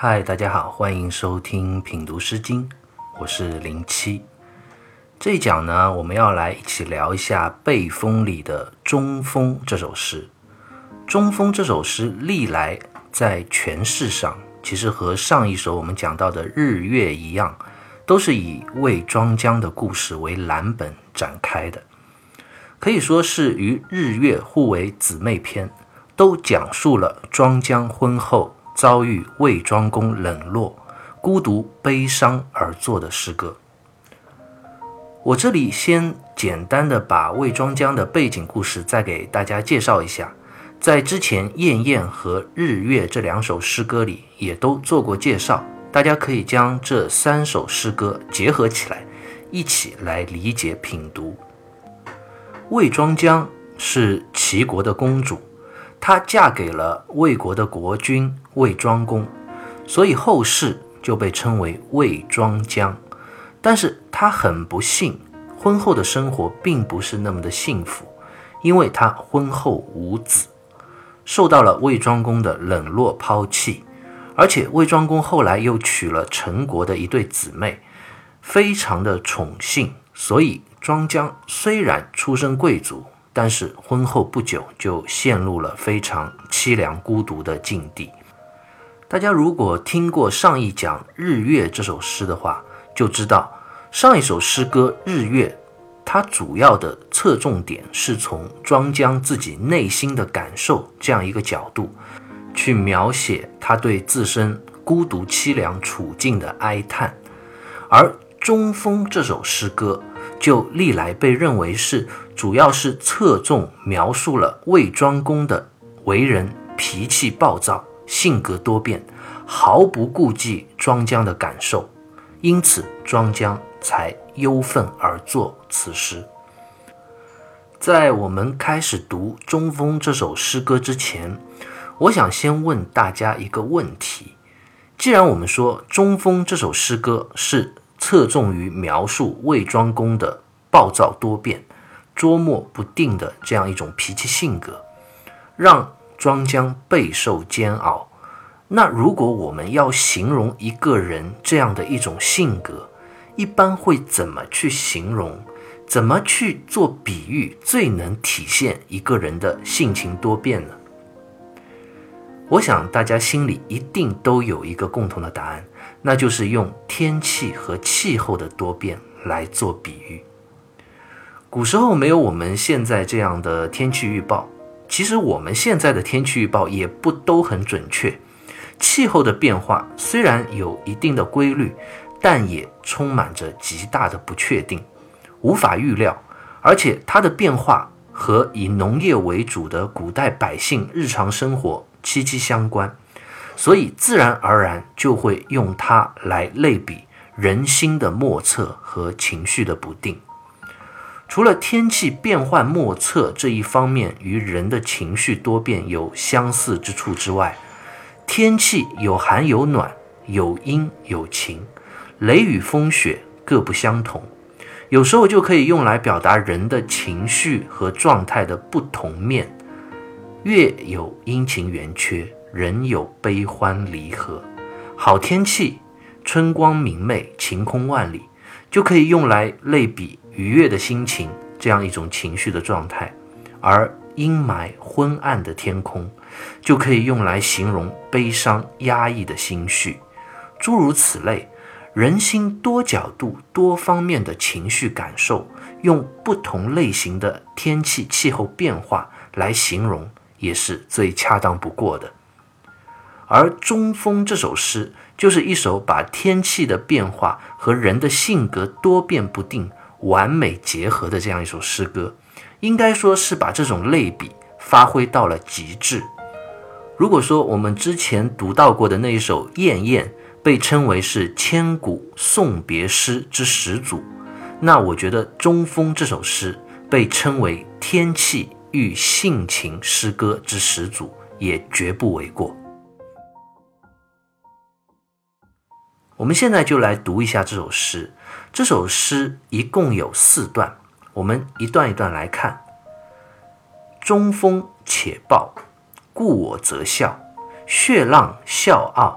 嗨，大家好，欢迎收听品读诗经，我是07。这一讲呢，我们要来一起聊一下《背风》里的《中风》这首诗。《中风》这首诗历来在诠释上，其实和上一首我们讲到的《日月》一样，都是以魏庄姜的故事为蓝本展开的，可以说是与《日月》互为姊妹篇，都讲述了庄姜婚后遭遇魏庄公冷落、孤独悲伤而作的诗歌。我这里先简单的把魏庄姜的背景故事再给大家介绍一下，在之前《燕燕》和《日月》这两首诗歌里也都做过介绍，大家可以将这三首诗歌结合起来，一起来理解品读。魏庄姜是齐国的公主，她嫁给了魏国的国君魏庄公，所以后世就被称为魏庄姜。但是她很不幸，婚后的生活并不是那么的幸福，因为她婚后无子，受到了魏庄公的冷落抛弃，而且魏庄公后来又娶了陈国的一对姊妹，非常的宠幸，所以庄姜虽然出身贵族，但是婚后不久就陷入了非常凄凉孤独的境地。大家如果听过上一讲《日月》这首诗的话，就知道上一首诗歌《日月》，它主要的侧重点是从庄姜自己内心的感受这样一个角度去描写他对自身孤独凄凉处境的哀叹，而《中风》这首诗歌就历来被认为是主要是侧重描述了魏庄公的为人脾气暴躁、性格多变，毫不顾忌庄姜的感受，因此庄姜才忧愤而作此诗。在我们开始读《中风》这首诗歌之前，我想先问大家一个问题。既然我们说《中风》这首诗歌是侧重于描述魏庄公的暴躁多变、捉摸不定的这样一种脾气性格，让庄姜备受煎熬，那如果我们要形容一个人这样的一种性格，一般会怎么去形容？怎么去做比喻，最能体现一个人的性情多变呢？我想大家心里一定都有一个共同的答案，那就是用天气和气候的多变来做比喻。古时候没有我们现在这样的天气预报，其实我们现在的天气预报也不都很准确。气候的变化虽然有一定的规律，但也充满着极大的不确定，无法预料，而且它的变化和以农业为主的古代百姓日常生活息息相关，所以自然而然就会用它来类比人心的莫测和情绪的不定。除了天气变幻莫测这一方面与人的情绪多变有相似之处之外，天气有寒有暖，有阴有晴，雷雨风雪各不相同，有时候就可以用来表达人的情绪和状态的不同面。月有阴晴圆缺，人有悲欢离合。好天气，春光明媚，晴空万里，就可以用来类比愉悦的心情，这样一种情绪的状态。而阴霾昏暗的天空，就可以用来形容悲伤压抑的心绪。诸如此类，人心多角度多方面的情绪感受，用不同类型的天气气候变化来形容，也是最恰当不过的。而《中风》这首诗就是一首把天气的变化和人的性格多变不定完美结合的这样一首诗歌，应该说是把这种类比发挥到了极致。如果说我们之前读到过的那一首《燕燕》被称为是千古送别诗之始祖，那我觉得《中风》这首诗被称为天气与性情诗歌之始祖，也绝不为过。我们现在就来读一下这首诗。这首诗一共有4段，我们一段一段来看。中风且暴，故我则笑，血浪笑傲，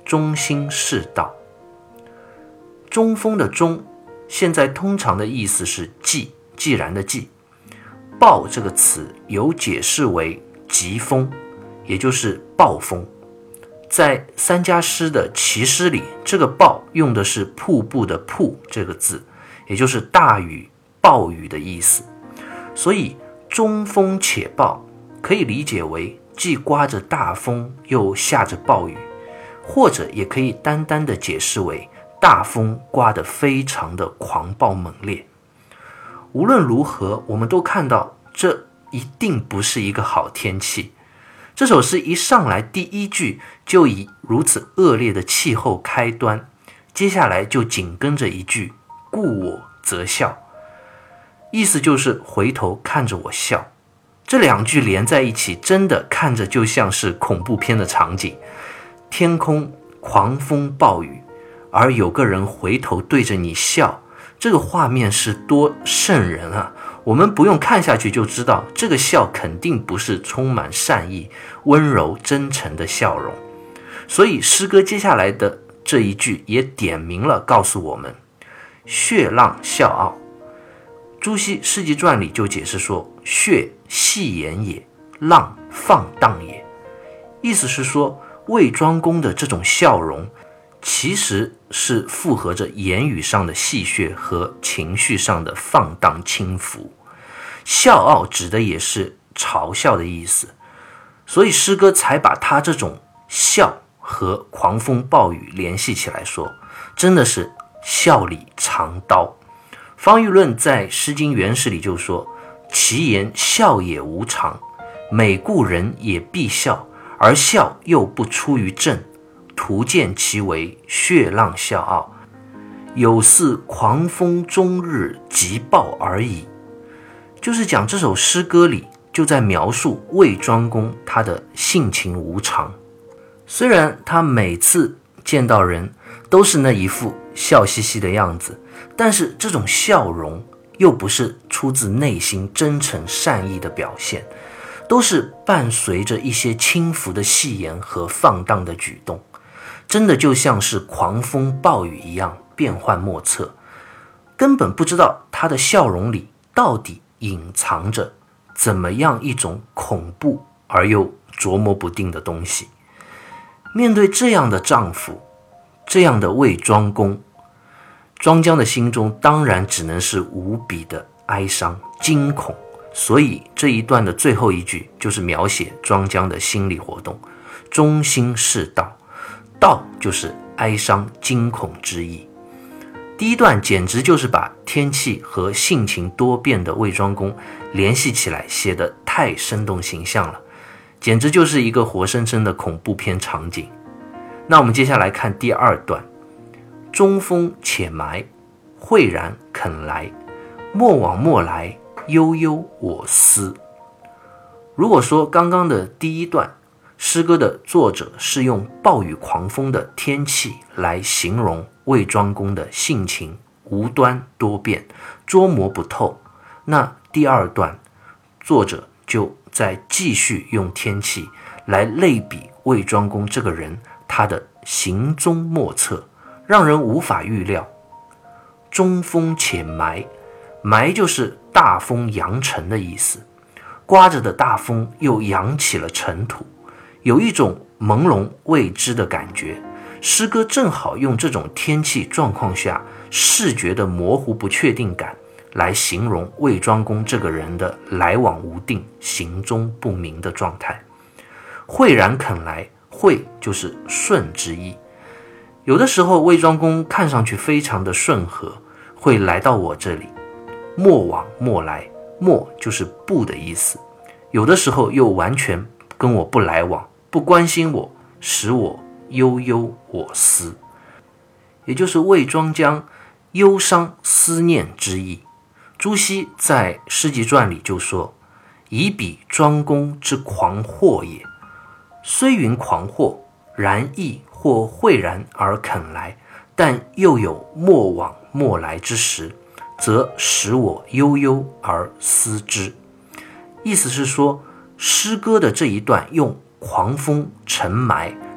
中兴士道。中风的中，现在通常的意思是既然的既。暴这个词有解释为疾风，也就是暴风。在三家诗的齐诗里，这个暴用的是瀑布的瀑这个字，也就是大雨、暴雨的意思。所以中风且暴可以理解为既刮着大风又下着暴雨，或者也可以单单的解释为大风刮得非常的狂暴猛烈。无论如何，我们都看到这一定不是一个好天气。这首诗一上来第一句就以如此恶劣的气候开端，接下来就紧跟着一句故我则笑，意思就是回头看着我笑。这两句连在一起，真的看着就像是恐怖片的场景，天空狂风暴雨，而有个人回头对着你笑，这个画面是多瘆人啊！我们不用看下去就知道，这个笑肯定不是充满善意、温柔、真诚的笑容。所以诗歌接下来的这一句也点明了告诉我们，血浪笑傲。朱熹《世纪传》里就解释说，血戏言也，浪放荡也。意思是说，魏庄公的这种笑容其实是复合着言语上的戏谑和情绪上的放荡轻浮。笑傲指的也是嘲笑的意思，所以诗歌才把他这种笑和狂风暴雨联系起来说，真的是笑里藏刀。方玉论在《诗经原始》里就说，其言笑也无常，每故人也必笑，而笑又不出于正，徒见其为血浪笑傲，有似狂风终日急暴而已。就是讲这首诗歌里就在描述魏庄公他的性情无常。虽然他每次见到人都是那一副笑嘻嘻的样子，但是这种笑容又不是出自内心真诚善意的表现，都是伴随着一些轻浮的戏言和放荡的举动，真的就像是狂风暴雨一样变幻莫测，根本不知道他的笑容里到底隐藏着怎么样一种恐怖而又琢磨不定的东西。面对这样的丈夫，这样的魏庄公，庄姜的心中当然只能是无比的哀伤惊恐。所以这一段的最后一句就是描写庄姜的心理活动，中兴士道，道就是哀伤惊恐之意。第一段简直就是把天气和性情多变的魏庄公联系起来，写得太生动形象了，简直就是一个活生生的恐怖片场景。那我们接下来看第二段，中风且埋，蕙然肯来，莫往莫来，悠悠我思。如果说刚刚的第一段诗歌的作者是用暴雨狂风的天气来形容魏庄公的性情无端多变，捉摸不透，那第二段作者就再继续用天气来类比魏庄公这个人，他的行踪莫测，让人无法预料。中风且埋，埋就是大风扬尘的意思，刮着的大风又扬起了尘土，有一种朦胧未知的感觉。诗歌正好用这种天气状况下视觉的模糊不确定感来形容魏庄公这个人的来往无定、行踪不明的状态。蕙然肯来，蕙就是顺之意。有的时候魏庄公看上去非常的顺和，会来到我这里。莫往莫来，莫就是不的意思，有的时候又完全跟我不来往，不关心我，使我悠悠我思，也就是魏庄姜忧伤思念之意。朱熹在《诗集传》里就说，以彼庄公之狂惑也，虽云狂惑，然亦或蕙然而肯来，但又有莫往莫来之时，则使我悠悠而思之。意思是说，诗歌的这一段用狂风、尘霾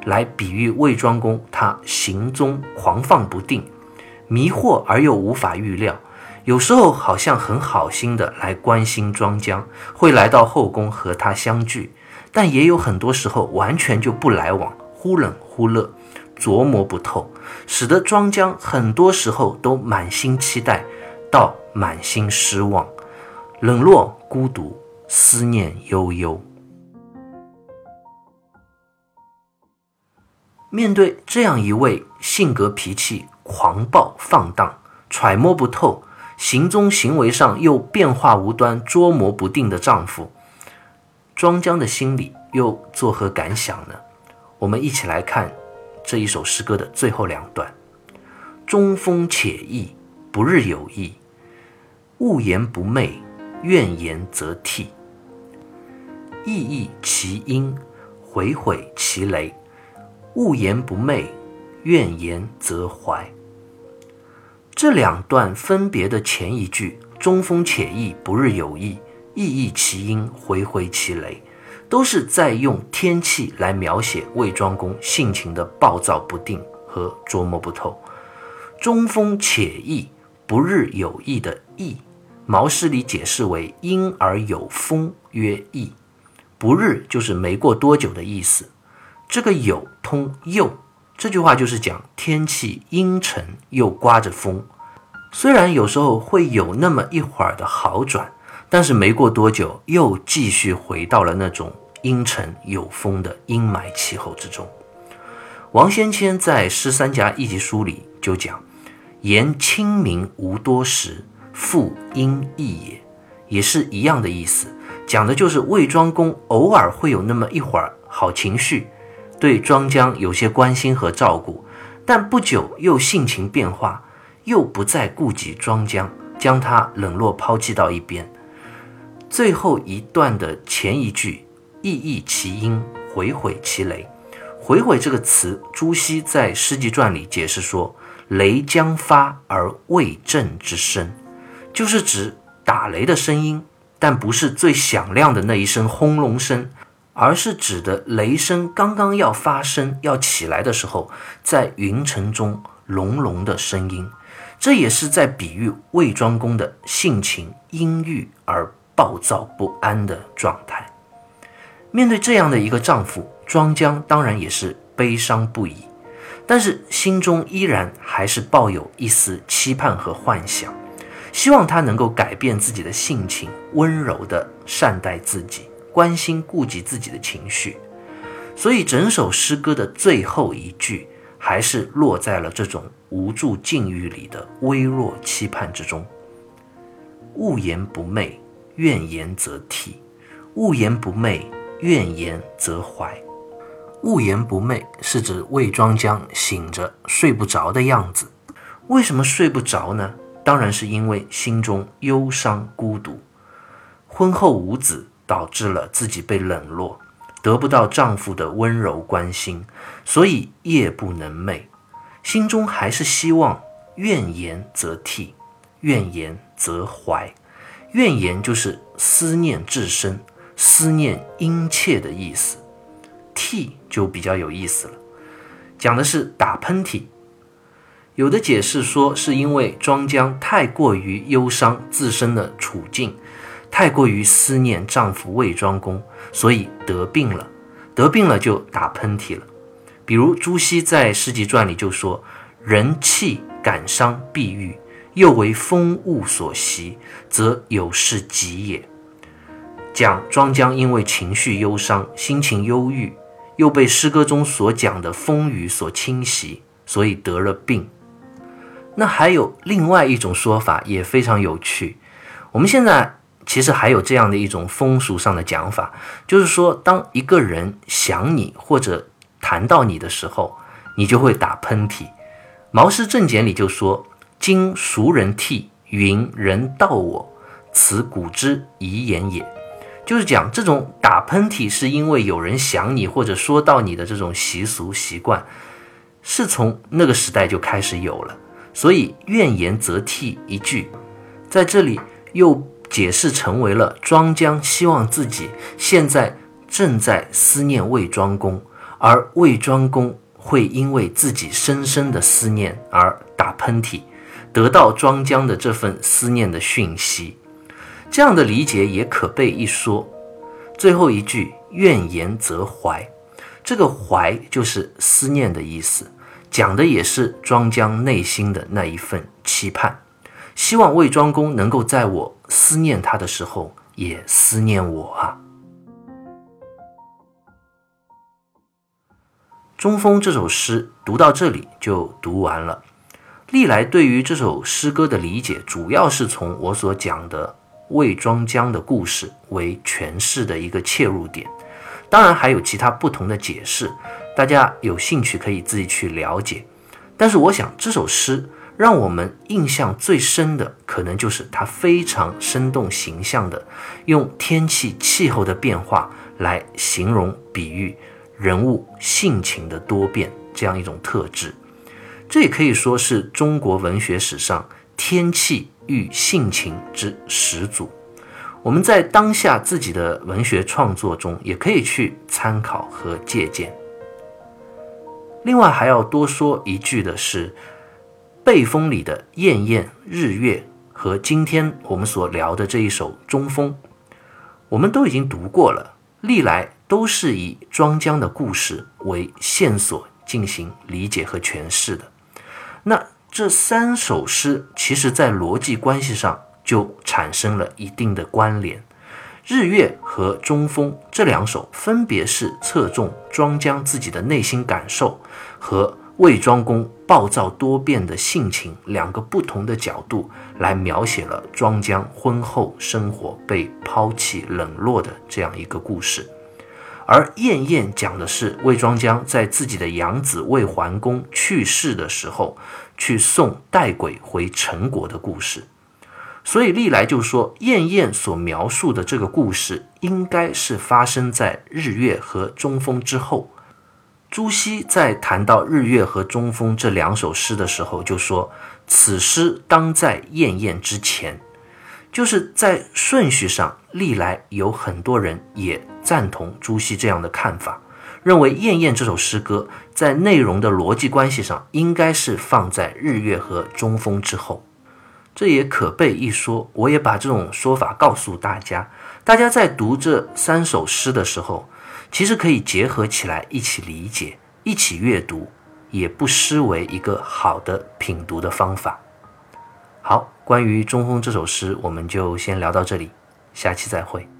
来比喻魏庄公他行踪狂放不定，迷惑而又无法预料，有时候好像很好心的来关心庄姜，会来到后宫和他相聚，但也有很多时候完全就不来往，忽冷忽热，琢磨不透，使得庄姜很多时候都满心期待到满心失望，冷落孤独，思念悠悠。面对这样一位性格脾气狂暴放荡，揣摩不透，行踪行为上又变化无端，捉摸不定的丈夫，庄姜的心里又作何感想呢？我们一起来看这一首诗歌的最后两段。中风且意，不日有意，物言不寐，怨言则替。意义其音，悔悔其雷，物言不寐，怨言则怀。这两段分别的前一句中风且意，不日有意，意义其音，悔悔其雷，都是在用天气来描写魏庄公性情的暴躁不定和捉摸不透。中风且意，不日有意的意，毛诗里解释为因而有风曰意，不日就是没过多久的意思。这个有通又，这句话就是讲天气阴沉又刮着风，虽然有时候会有那么一会儿的好转，但是没过多久又继续回到了那种阴沉有风的阴霾气候之中。王先谦在《诗三家一集书》里就讲，言清明无多时，复阴翳也，也是一样的意思，讲的就是魏庄公偶尔会有那么一会儿好情绪，对庄姜有些关心和照顾，但不久又性情变化，又不再顾及庄姜，将他冷落抛弃到一边。最后一段的前一句意义其音，悔悔其雷，悔悔这个词，朱熹在《诗集传》里解释说，雷将发而未震之声，就是指打雷的声音，但不是最响亮的那一声轰隆声，而是指的雷声刚刚要发生要起来的时候，在云层中隆隆的声音。这也是在比喻魏庄公的性情阴郁而暴躁不安的状态。面对这样的一个丈夫，庄姜当然也是悲伤不已，但是心中依然还是抱有一丝期盼和幻想，希望他能够改变自己的性情，温柔地善待自己，关心顾及自己的情绪。所以整首诗歌的最后一句还是落在了这种无助境遇里的微弱期盼之中。物言不寐，怨言则替，物言不寐，怨言则怀。物言不寐是指魏庄姜醒着睡不着的样子。为什么睡不着呢？当然是因为心中忧伤孤独，婚后无子，导致了自己被冷落，得不到丈夫的温柔关心，所以夜不能寐，心中还是希望怨言则替，怨言则怀。怨言就是思念至深，思念殷切的意思。替就比较有意思了，讲的是打喷嚏。有的解释说是因为庄姜太过于忧伤自身的处境，太过于思念丈夫魏庄公，所以得病了，得病了就打喷嚏了。比如朱熹在《诗集传》里就说，人气感伤必郁，又为风物所袭，则有事急也。讲庄姜因为情绪忧伤，心情忧郁，又被诗歌中所讲的风雨所侵袭，所以得了病。那还有另外一种说法也非常有趣，我们现在其实还有这样的一种风俗上的讲法，就是说当一个人想你或者谈到你的时候，你就会打喷嚏。毛诗正解里就说，今熟人涕，云人道我，此古之遗言也。就是讲这种打喷嚏是因为有人想你或者说到你的这种习俗习惯，是从那个时代就开始有了。所以怨言则替一句在这里又解释成为了庄姜希望自己现在正在思念魏庄公， 而魏庄公会因为自己深深的思念而打喷嚏，得到庄姜的这份思念的讯息。这样的理解也可被一说。最后一句怨言则怀，这个怀就是思念的意思，讲的也是庄姜内心的那一份期盼，希望魏庄公能够在我思念他的时候也思念我啊。中风这首诗读到这里就读完了。历来对于这首诗歌的理解，主要是从我所讲的魏庄姜的故事为诠释的一个切入点，当然还有其他不同的解释，大家有兴趣可以自己去了解。但是我想这首诗让我们印象最深的，可能就是它非常生动形象的用天气气候的变化来形容比喻人物性情的多变这样一种特质。这也可以说是中国文学史上天气与性情之始祖。我们在当下自己的文学创作中也可以去参考和借鉴。另外还要多说一句的是，背风里的燕燕日月和今天我们所聊的这一首中风，我们都已经读过了，历来都是以庄姜的故事为线索进行理解和诠释的。那这三首诗其实在逻辑关系上就产生了一定的关联。日月和中风这两首分别是侧重庄姜自己的内心感受和魏庄公暴躁多变的性情两个不同的角度来描写了庄姜婚后生活被抛弃冷落的这样一个故事。而燕燕讲的是魏庄姜在自己的养子魏桓公去世的时候去送代鬼回陈国的故事。所以历来就说燕燕所描述的这个故事应该是发生在日月和中风之后。朱熹在谈到日月和中风这两首诗的时候就说，此诗当在燕燕之前，就是在顺序上历来有很多人也赞同朱熹这样的看法，认为燕燕这首诗歌在内容的逻辑关系上应该是放在日月和中风之后。这也可被一说，我也把这种说法告诉大家，大家在读这三首诗的时候，其实可以结合起来一起理解，一起阅读，也不失为一个好的品读的方法。好，关于中风这首诗我们就先聊到这里，下期再会。